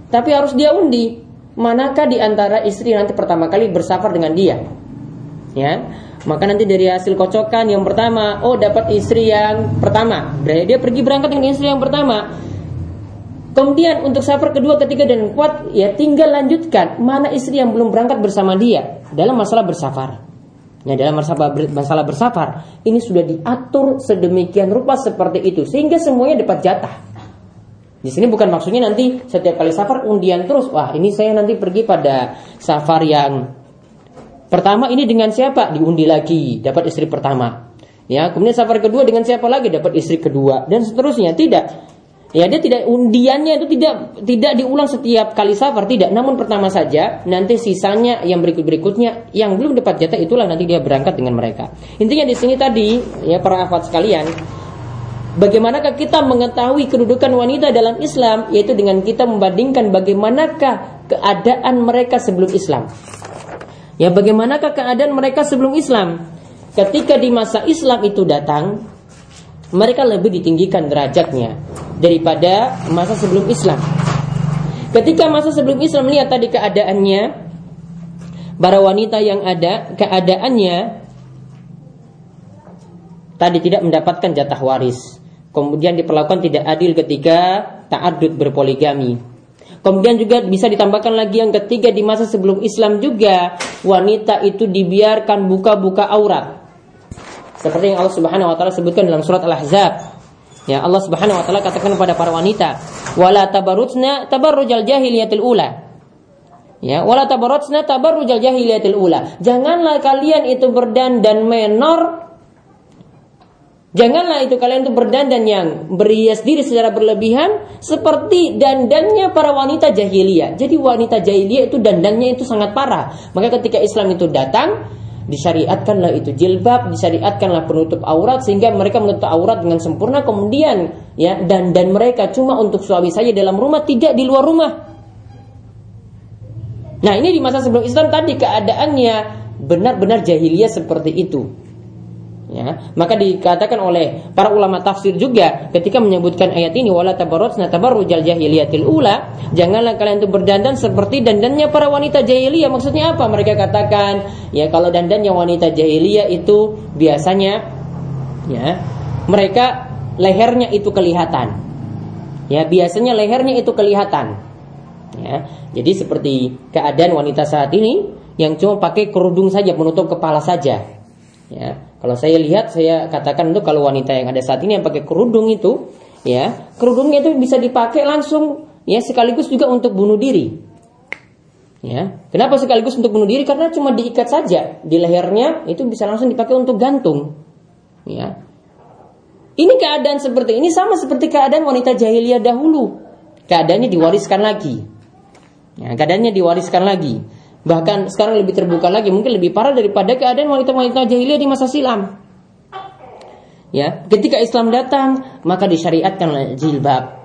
[SPEAKER 1] Tapi harus dia undi, manakah di antara istri nanti pertama kali bersafar dengan dia. Ya, maka nanti dari hasil kocokan yang pertama, oh dapat istri yang pertama, berarti dia pergi berangkat dengan istri yang pertama. Kemudian untuk safar kedua, ketiga dan keempat, ya tinggal lanjutkan mana istri yang belum berangkat bersama dia dalam masalah bersafar. Nah, dalam masalah, masalah bersafar ini sudah diatur sedemikian rupa seperti itu sehingga semuanya dapat jatah. Di sini bukan maksudnya nanti setiap kali safar undian terus. Wah, ini saya nanti pergi pada safar yang pertama ini dengan siapa? Diundi lagi, dapat istri pertama. Ya, kemudian safar kedua dengan siapa lagi? Dapat istri kedua dan seterusnya. Tidak. Ya, dia tidak, undiannya itu tidak tidak diulang setiap kali safar, tidak. Namun pertama saja, nanti sisanya yang berikut-berikutnya yang belum dapat jatah itulah nanti dia berangkat dengan mereka. Intinya di sini tadi, ya para akhwat sekalian, bagaimanakah kita mengetahui kedudukan wanita dalam Islam, yaitu dengan kita membandingkan bagaimanakah keadaan mereka sebelum Islam. Ya, bagaimanakah keadaan mereka sebelum Islam? Ketika di masa Islam itu datang, mereka lebih ditinggikan derajatnya daripada masa sebelum Islam. Ketika masa sebelum Islam, lihat tadi keadaannya, para wanita yang ada, keadaannya tadi tidak mendapatkan jatah waris. Kemudian diperlakukan tidak adil ketika ta'addud berpoligami. Kemudian juga bisa ditambahkan lagi yang ketiga, di masa sebelum Islam juga wanita itu dibiarkan buka-buka aurat. Seperti yang Allah Subhanahu wa taala sebutkan dalam surat Al-Ahzab. Ya, Allah Subhanahu wa taala katakan kepada para wanita, "Wala tabarrujna tabarrujal jahiliyatil ula." Ya, "Wala tabarrujna tabarrujal jahiliyatil ula." Janganlah kalian itu berdandan menor. Janganlah itu kalian itu berdandan yang berhias diri secara berlebihan seperti dandannya para wanita jahiliyah. Jadi wanita jahiliyah itu dandannya itu sangat parah. Maka ketika Islam itu datang, disyariatkanlah itu jilbab, disyariatkanlah penutup aurat sehingga mereka menutup aurat dengan sempurna. Kemudian ya, dandan mereka cuma untuk suami saja dalam rumah, tidak di luar rumah. Nah, ini di masa sebelum Islam tadi keadaannya benar-benar jahiliyah seperti itu. Ya, maka dikatakan oleh para ulama tafsir juga ketika menyebutkan ayat ini, wala tabarrujna tabarrujal jahiliyatil ula, janganlah kalian itu berdandan seperti dandannya para wanita jahiliyah. Maksudnya apa? Mereka katakan, ya kalau dandannya wanita jahiliyah itu biasanya ya, mereka lehernya itu kelihatan. Ya, biasanya lehernya itu kelihatan. Ya, jadi seperti keadaan wanita saat ini yang cuma pakai kerudung saja, menutup kepala saja. Ya, kalau saya lihat, saya katakan itu kalau wanita yang ada saat ini yang pakai kerudung itu, ya, kerudungnya itu bisa dipakai langsung, ya, sekaligus juga untuk bunuh diri. Ya, kenapa sekaligus untuk bunuh diri? Karena cuma diikat saja di lehernya, itu bisa langsung dipakai untuk gantung. Ya, ini keadaan seperti ini sama seperti keadaan wanita jahiliyah dahulu. Keadaannya diwariskan lagi. Ya, keadaannya diwariskan lagi. Bahkan sekarang lebih terbuka lagi, mungkin lebih parah daripada keadaan wanita-wanita jahiliyah di masa silam. Ya, ketika Islam datang, maka disyariatkan jilbab.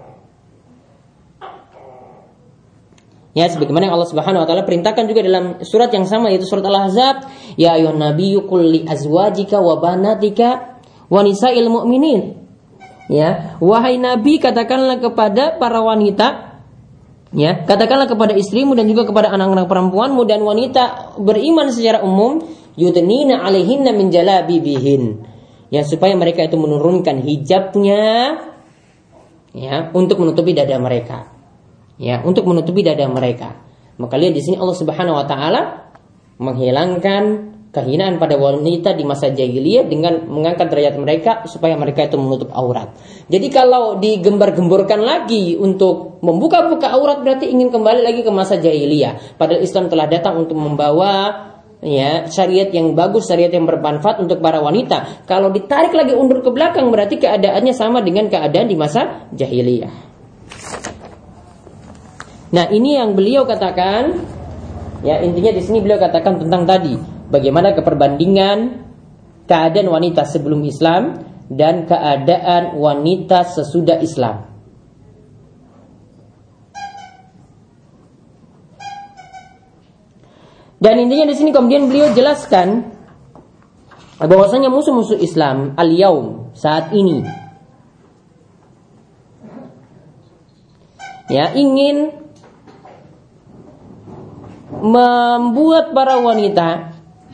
[SPEAKER 1] Ya, sebagaimana yang Allah Subhanahu wa taala perintahkan juga dalam surat yang sama, yaitu surat Al-Ahzab, ya ayyuhan nabiyyu qul li azwajika wa banatika wa nisa'il mu'minin. Ya, wahai nabi, katakanlah kepada para wanita, ya, katakanlah kepada istrimu dan juga kepada anak-anak perempuanmu dan wanita beriman secara umum, yudnina alaihinna min jalabibihin, ya, supaya mereka itu menurunkan hijabnya, ya, untuk menutupi dada mereka, ya, untuk menutupi dada mereka. Maka lihat di sini Allah Subhanahu wa taala menghilangkan kehinaan pada wanita di masa jahiliyah dengan mengangkat derajat mereka supaya mereka itu menutup aurat. Jadi kalau digembar-gemborkan lagi untuk membuka-buka aurat berarti ingin kembali lagi ke masa jahiliyah. Padahal Islam telah datang untuk membawa, ya, syariat yang bagus, syariat yang bermanfaat untuk para wanita. Kalau ditarik lagi undur ke belakang berarti keadaannya sama dengan keadaan di masa jahiliyah. Nah, ini yang beliau katakan, ya, intinya di sini beliau katakan tentang tadi bagaimana keperbandingan keadaan wanita sebelum Islam dan keadaan wanita sesudah Islam. Dan intinya di sini kemudian beliau jelaskan bahwasanya musuh-musuh Islam al-yaum saat ini, ya, ingin membuat para wanita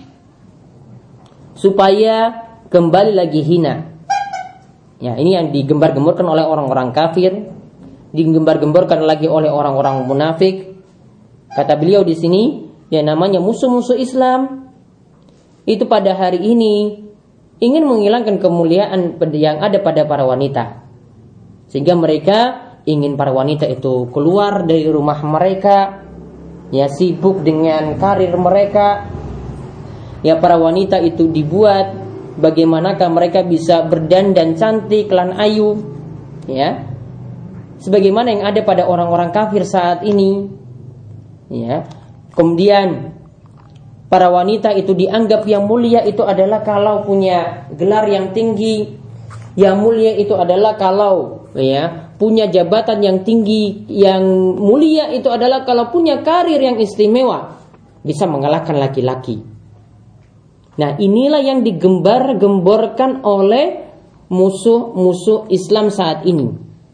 [SPEAKER 1] supaya kembali lagi hina. Ya, ini yang digembar-gemborkan oleh orang-orang kafir, digembar-gemborkan lagi oleh orang-orang munafik. Kata beliau di sini, yang namanya musuh-musuh Islam itu pada hari ini ingin menghilangkan kemuliaan yang ada pada para wanita, sehingga mereka ingin para wanita itu keluar dari rumah mereka, ya sibuk dengan karir mereka. Ya, para wanita itu dibuat bagaimanakah mereka bisa berdandan cantik lan ayu, ya, sebagaimana yang ada pada orang-orang kafir saat ini, ya. Kemudian para wanita itu dianggap yang mulia itu adalah kalau punya gelar yang tinggi, yang mulia itu adalah kalau, ya, punya jabatan yang tinggi, yang mulia itu adalah kalau punya karir yang istimewa, bisa mengalahkan laki-laki. Nah, inilah yang digembar-gemborkan oleh musuh-musuh Islam saat ini.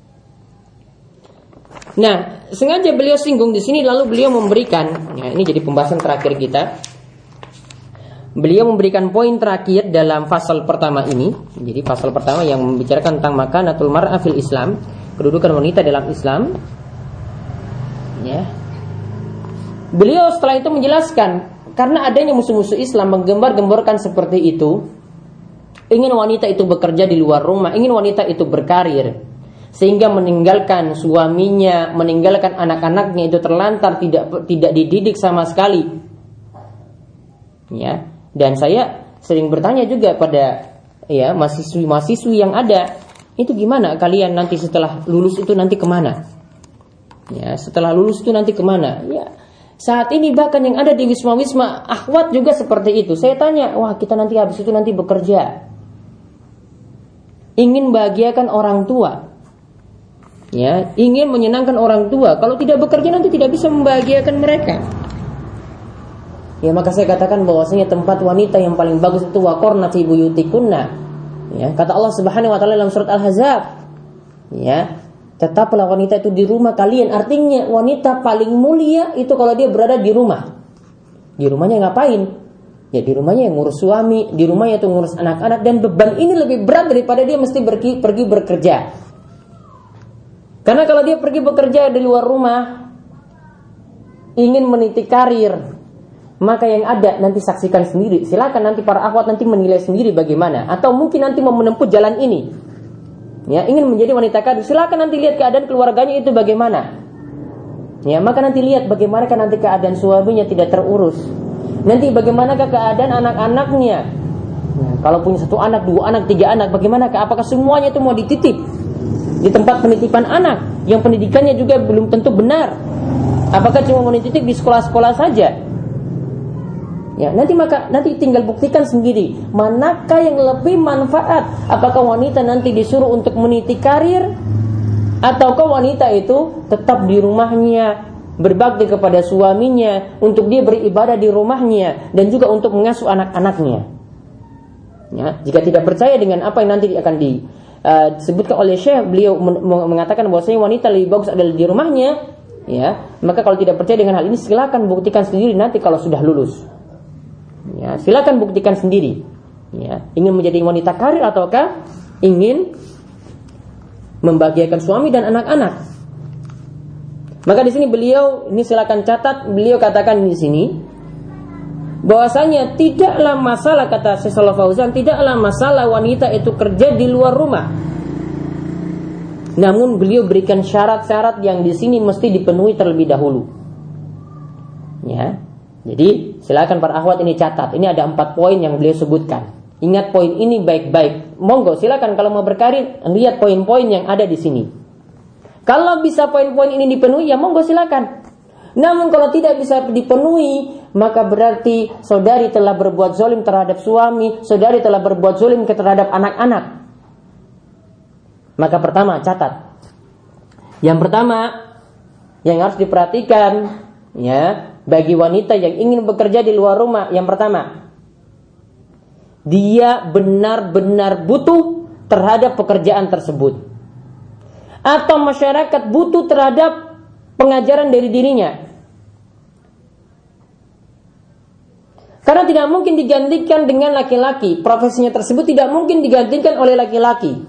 [SPEAKER 1] Nah, sengaja beliau singgung di sini, lalu beliau memberikan, ya, ini jadi pembahasan terakhir kita. Beliau memberikan poin terakhir dalam fasal pertama ini. Jadi fasal pertama yang membicarakan tentang makanatul mar'a fil Islam, kedudukan wanita dalam Islam. Ya. Beliau setelah itu menjelaskan, karena adanya musuh-musuh Islam menggembar-gemborkan seperti itu, ingin wanita itu bekerja di luar rumah, ingin wanita itu berkarir, sehingga meninggalkan suaminya, meninggalkan anak-anaknya itu terlantar, tidak tidak dididik sama sekali. Ya, dan saya sering bertanya juga pada, ya, mahasiswi-mahasiswi yang ada, itu gimana kalian nanti setelah lulus itu nanti kemana? Ya, setelah lulus itu nanti kemana? Ya, saat ini bahkan yang ada di wisma-wisma akhwat juga seperti itu. Saya tanya, wah kita nanti habis itu nanti bekerja, ingin bahagiakan orang tua, ya, ingin menyenangkan orang tua. Kalau tidak bekerja nanti tidak bisa membahagiakan mereka. Ya, maka saya katakan bahwasanya tempat wanita yang paling bagus itu waqarna fi buyutikunna. Ya, kata Allah Subhanahu wa taala dalam surat Al-Ahzab, ya, tetaplah wanita itu di rumah kalian. Artinya wanita paling mulia itu kalau dia berada di rumah. Di rumahnya ngapain? Ya, di rumahnya yang ngurus suami, di rumahnya itu ngurus anak-anak, dan beban ini lebih berat daripada dia mesti pergi, pergi bekerja. Karena kalau dia pergi bekerja di luar rumah, ingin meniti karir, maka yang ada nanti saksikan sendiri. Silakan nanti para akhwat nanti menilai sendiri bagaimana. Atau mungkin nanti mau menempuh jalan ini, ya, ingin menjadi wanita karir, silakan nanti lihat keadaan keluarganya itu bagaimana. Ya, maka nanti lihat bagaimana kan nanti keadaan suaminya tidak terurus. Nanti bagaimanakah keadaan anak-anaknya. Ya, kalau punya satu anak, dua anak, tiga anak, bagaimanakah? Apakah semuanya itu mau dititip di tempat penitipan anak yang pendidikannya juga belum tentu benar? Apakah cuma mau dititip di sekolah-sekolah saja? Ya, nanti maka nanti tinggal buktikan sendiri manakah yang lebih manfaat. Apakah wanita nanti disuruh untuk meniti karir, ataukah wanita itu tetap di rumahnya berbakti kepada suaminya, untuk dia beribadah di rumahnya dan juga untuk mengasuh anak-anaknya. Ya, jika tidak percaya dengan apa yang nanti akan disebutkan uh, oleh Syekh, beliau mengatakan bahwasanya wanita lebih bagus adalah di rumahnya. Ya, maka kalau tidak percaya dengan hal ini, silakan buktikan sendiri nanti kalau sudah lulus. Ya, silakan buktikan sendiri. Ya, ingin menjadi wanita karir ataukah ingin membahagiakan suami dan anak-anak. Maka di sini beliau, ini silakan catat, beliau katakan di sini bahwasanya tidaklah masalah, kata Syekh Shalih Fauzan, tidaklah masalah wanita itu kerja di luar rumah. Namun beliau berikan syarat-syarat yang di sini mesti dipenuhi terlebih dahulu. Ya. Jadi silakan para akhwat ini catat. Ini ada empat poin yang beliau sebutkan. Ingat poin ini baik-baik. Monggo silakan kalau mau berkarir, lihat poin-poin yang ada di sini. Kalau bisa poin-poin ini dipenuhi, ya monggo silakan. Namun kalau tidak bisa dipenuhi, maka berarti saudari telah berbuat zalim terhadap suami, saudari telah berbuat zalim terhadap anak-anak. Maka pertama catat. Yang pertama yang harus diperhatikan, ya, bagi wanita yang ingin bekerja di luar rumah, yang pertama, dia benar-benar butuh terhadap pekerjaan tersebut, atau masyarakat butuh terhadap pengajaran dari dirinya.
[SPEAKER 2] Karena tidak mungkin digantikan dengan laki-laki. Profesinya tersebut tidak mungkin digantikan oleh laki-laki.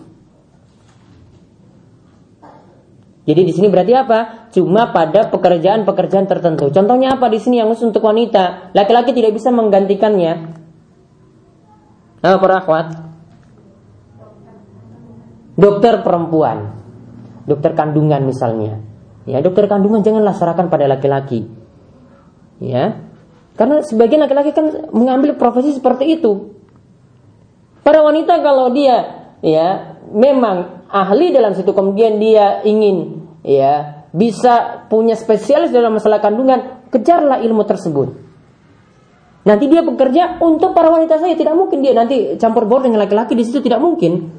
[SPEAKER 2] Jadi di sini berarti apa? Cuma pada pekerjaan-pekerjaan tertentu. Contohnya apa di sini yang khusus untuk wanita? Laki-laki tidak bisa menggantikannya. Nah, para akhwat, dokter perempuan, dokter kandungan misalnya. Ya, dokter kandungan janganlah serahkan pada laki-laki. Ya. Karena sebagian laki-laki kan mengambil profesi seperti itu. Para wanita kalau dia ya memang ahli dalam situ, kemudian dia ingin ya bisa punya spesialis dalam masalah kandungan, kejarlah ilmu tersebut. Nanti dia bekerja untuk para wanita saja, tidak mungkin dia nanti campur baur dengan laki-laki, di situ tidak mungkin.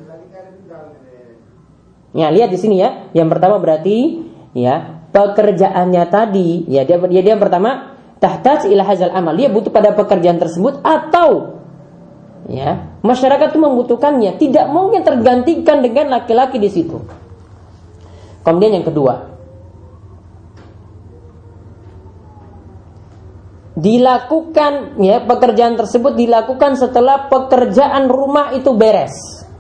[SPEAKER 2] Ya, lihat di sini ya. Yang pertama berarti ya pekerjaannya tadi, ya dia dia, dia yang pertama tahtaj ila hazal amal, dia butuh pada pekerjaan tersebut, atau ya masyarakat itu membutuhkannya, tidak mungkin tergantikan dengan laki-laki di situ. Kemudian yang kedua, dilakukan ya pekerjaan tersebut dilakukan setelah pekerjaan rumah itu beres.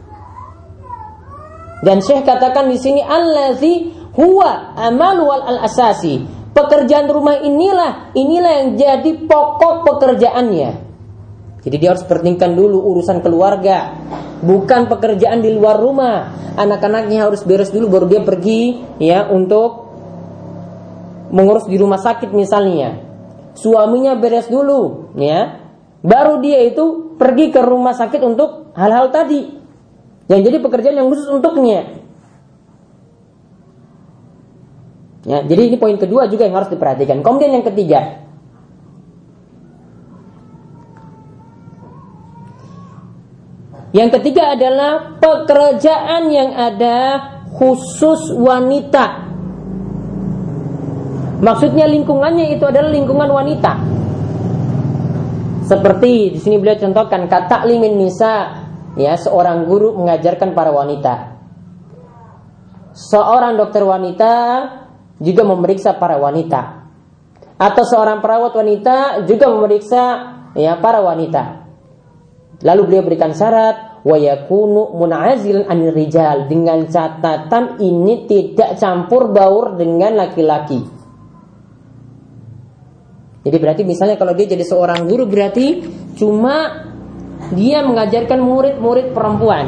[SPEAKER 2] Dan Syekh katakan di sini allazi huwa amal wal al asasi. Pekerjaan rumah inilah inilah yang jadi pokok pekerjaannya. Jadi dia harus pentingkan dulu urusan keluarga, bukan pekerjaan di luar rumah. Anak-anaknya harus beres dulu baru dia pergi ya untuk mengurus di rumah sakit misalnya. Suaminya beres dulu ya, baru dia itu pergi ke rumah sakit untuk hal-hal tadi yang jadi pekerjaan yang khusus untuknya. Ya, jadi ini poin kedua juga yang harus diperhatikan. Kemudian yang ketiga, yang ketiga adalah pekerjaan yang ada khusus wanita. Maksudnya lingkungannya itu adalah lingkungan wanita. Seperti di sini beliau contohkan kata limin nisa, ya seorang guru mengajarkan para wanita. Seorang dokter wanita juga memeriksa para wanita, atau seorang perawat wanita juga memeriksa ya para wanita. Lalu beliau berikan syarat wa yakunu mun'azilan anir rijal, dengan catatan ini tidak campur baur dengan laki-laki. Jadi berarti misalnya kalau dia jadi seorang guru berarti cuma dia mengajarkan murid-murid perempuan.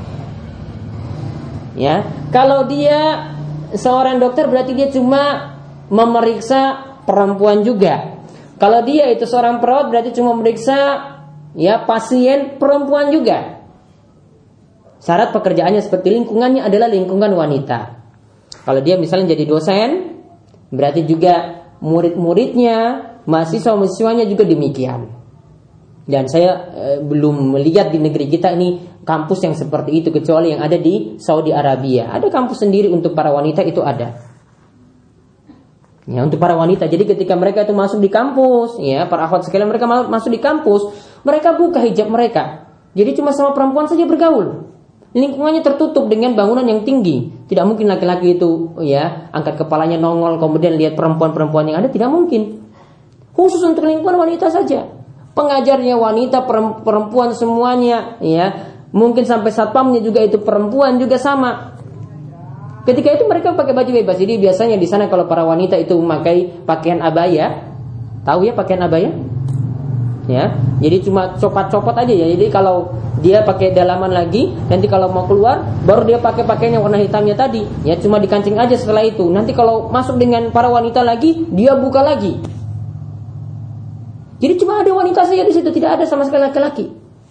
[SPEAKER 2] Ya, kalau dia seorang dokter berarti dia cuma memeriksa perempuan juga. Kalau dia itu seorang perawat berarti cuma memeriksa ya pasien perempuan juga. Syarat pekerjaannya seperti lingkungannya adalah lingkungan wanita. Kalau dia misalnya jadi dosen, berarti juga murid-muridnya, mahasiswa-mahasiswanya juga demikian. Dan saya e, belum melihat di negeri kita ini kampus yang seperti itu, kecuali yang ada di Saudi Arabia. Ada kampus sendiri untuk para wanita, itu ada. Ya, untuk para wanita. Jadi ketika mereka itu masuk di kampus, ya, para akhwat sekalian, mereka masuk di kampus, mereka buka hijab mereka. Jadi cuma sama perempuan saja bergaul. Lingkungannya tertutup dengan bangunan yang tinggi. Tidak mungkin laki-laki itu ya angkat kepalanya nongol kemudian lihat perempuan-perempuan yang ada, tidak mungkin. Khusus untuk lingkungan wanita saja. Pengajarnya wanita, perempuan semuanya, ya. Mungkin sampai satpamnya juga itu perempuan juga sama. Ketika itu mereka pakai baju bebas. Jadi biasanya di sana kalau para wanita itu memakai pakaian abaya, tahu ya pakaian abaya? Ya, jadi cuma copot-copot aja ya. Jadi kalau dia pakai dalaman lagi, nanti kalau mau keluar baru dia pakai pakaian yang warna hitamnya tadi. Ya cuma dikancing aja setelah itu. Nanti kalau masuk dengan para wanita lagi, dia buka lagi. Jadi cuma ada wanita saja di situ, tidak ada sama sekali laki-laki.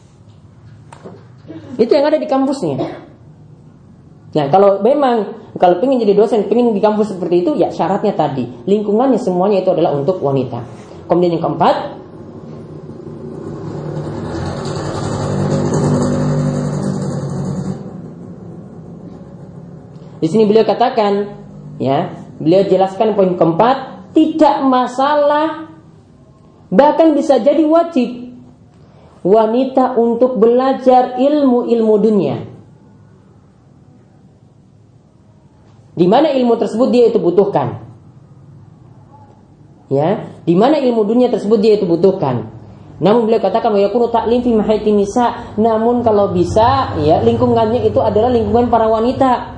[SPEAKER 2] Itu yang ada di kampusnya. Nah, kalau memang kalau pengen jadi dosen, pengen di kampus seperti itu, ya syaratnya tadi, lingkungannya semuanya itu adalah untuk wanita. Kemudian yang keempat, di sini beliau katakan, ya, beliau jelaskan poin keempat, tidak masalah, bahkan bisa jadi wajib wanita untuk belajar ilmu-ilmu dunia. Di mana ilmu tersebut dia itu butuhkan. Ya, di mana ilmu dunia tersebut dia itu butuhkan. Namun beliau katakan wa yakunu ta'lim fi mahaitin nisa, namun kalau bisa ya lingkungannya itu adalah lingkungan para wanita.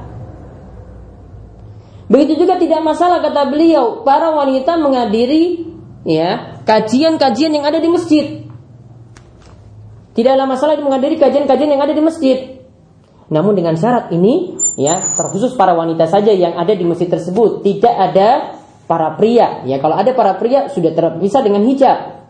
[SPEAKER 2] Begitu juga tidak masalah kata beliau para wanita menghadiri ya kajian-kajian yang ada di masjid. Tidaklah masalah menghadiri kajian-kajian yang ada di masjid. Namun dengan syarat ini ya terkhusus para wanita saja yang ada di masjid tersebut, tidak ada para pria. Ya kalau ada para pria sudah terpisah dengan hijab.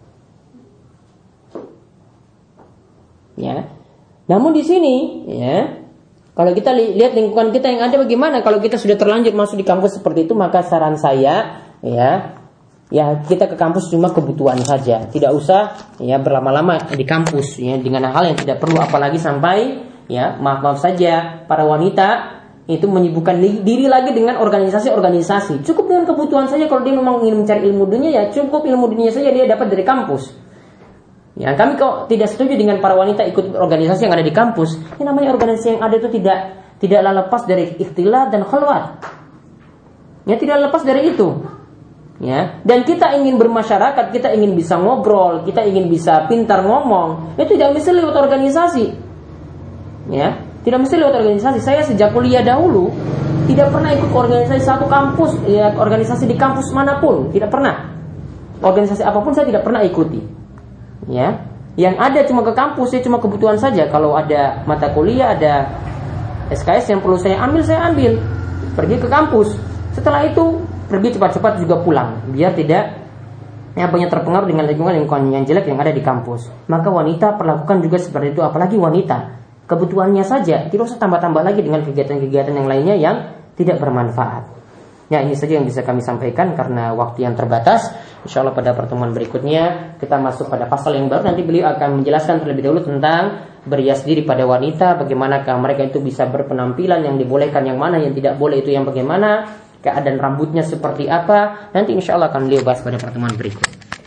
[SPEAKER 2] Ya. Namun di sini ya kalau kita li- lihat lingkungan kita yang ada bagaimana, kalau kita sudah terlanjur masuk di kampus seperti itu, maka saran saya ya ya kita ke kampus cuma kebutuhan saja, tidak usah ya berlama-lama di kampus ya dengan hal yang tidak perlu, apalagi sampai ya maaf-maaf saja para wanita itu menyibukkan diri lagi dengan organisasi-organisasi. Cukup dengan kebutuhan saja, kalau dia memang ingin mencari ilmu dunia ya cukup ilmu dunia saja dia dapat dari kampus. Ya, kami kok tidak setuju dengan para wanita ikut organisasi yang ada di kampus. Yang namanya organisasi yang ada itu tidak tidaklah lepas dari ikhtilat dan khalwat. Ya, tidak lepas dari itu. Ya, dan kita ingin bermasyarakat, kita ingin bisa ngobrol, kita ingin bisa pintar ngomong. Itu tidak mesti lewat organisasi. Ya, tidak mesti lewat organisasi. Saya sejak kuliah dahulu tidak pernah ikut organisasi satu kampus, ya organisasi di kampus manapun, tidak pernah. Organisasi apapun saya tidak pernah ikuti. Ya, yang ada cuma ke kampus ya cuma kebutuhan saja. Kalau ada mata kuliah, ada S K S yang perlu saya ambil, saya ambil. Pergi ke kampus. Setelah itu pergi cepat-cepat juga pulang, biar tidak ya banyak terpengaruh dengan lingkungan-lingkungan yang jelek yang ada di kampus. Maka wanita perlakukan juga seperti itu, apalagi wanita. Kebutuhannya saja, tidak usah tambah-tambah lagi dengan kegiatan-kegiatan yang lainnya yang tidak bermanfaat. Ya, ini saja yang bisa kami sampaikan karena waktu yang terbatas. Insyaallah pada pertemuan berikutnya kita masuk pada pasal yang baru. Nanti beliau akan menjelaskan terlebih dahulu tentang berhias diri pada wanita, bagaimanakah mereka itu bisa berpenampilan, yang dibolehkan yang mana, yang tidak boleh itu yang bagaimana, keadaan rambutnya seperti apa. Nanti insyaallah akan beliau bahas pada pertemuan berikut.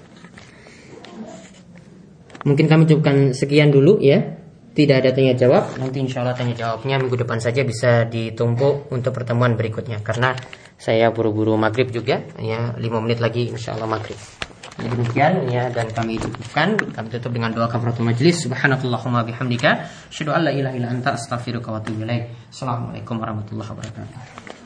[SPEAKER 2] Mungkin kami cukupkan sekian dulu ya. Tidak ada tanya jawab. Nanti insyaallah tanya jawabnya minggu depan saja bisa ditumpuk untuk pertemuan berikutnya, karena saya buru-buru maghrib juga ya, lima menit lagi insyaallah maghrib. Ya, demikian ya, dan kami cukupkan. Kami tutup dengan doa kafaratul majelis. Subhanakallahumma bihamdika asyhadu an la ilaha illa anta astaghfiruka wa atubu ilaik. Assalamualaikum warahmatullahi wabarakatuh.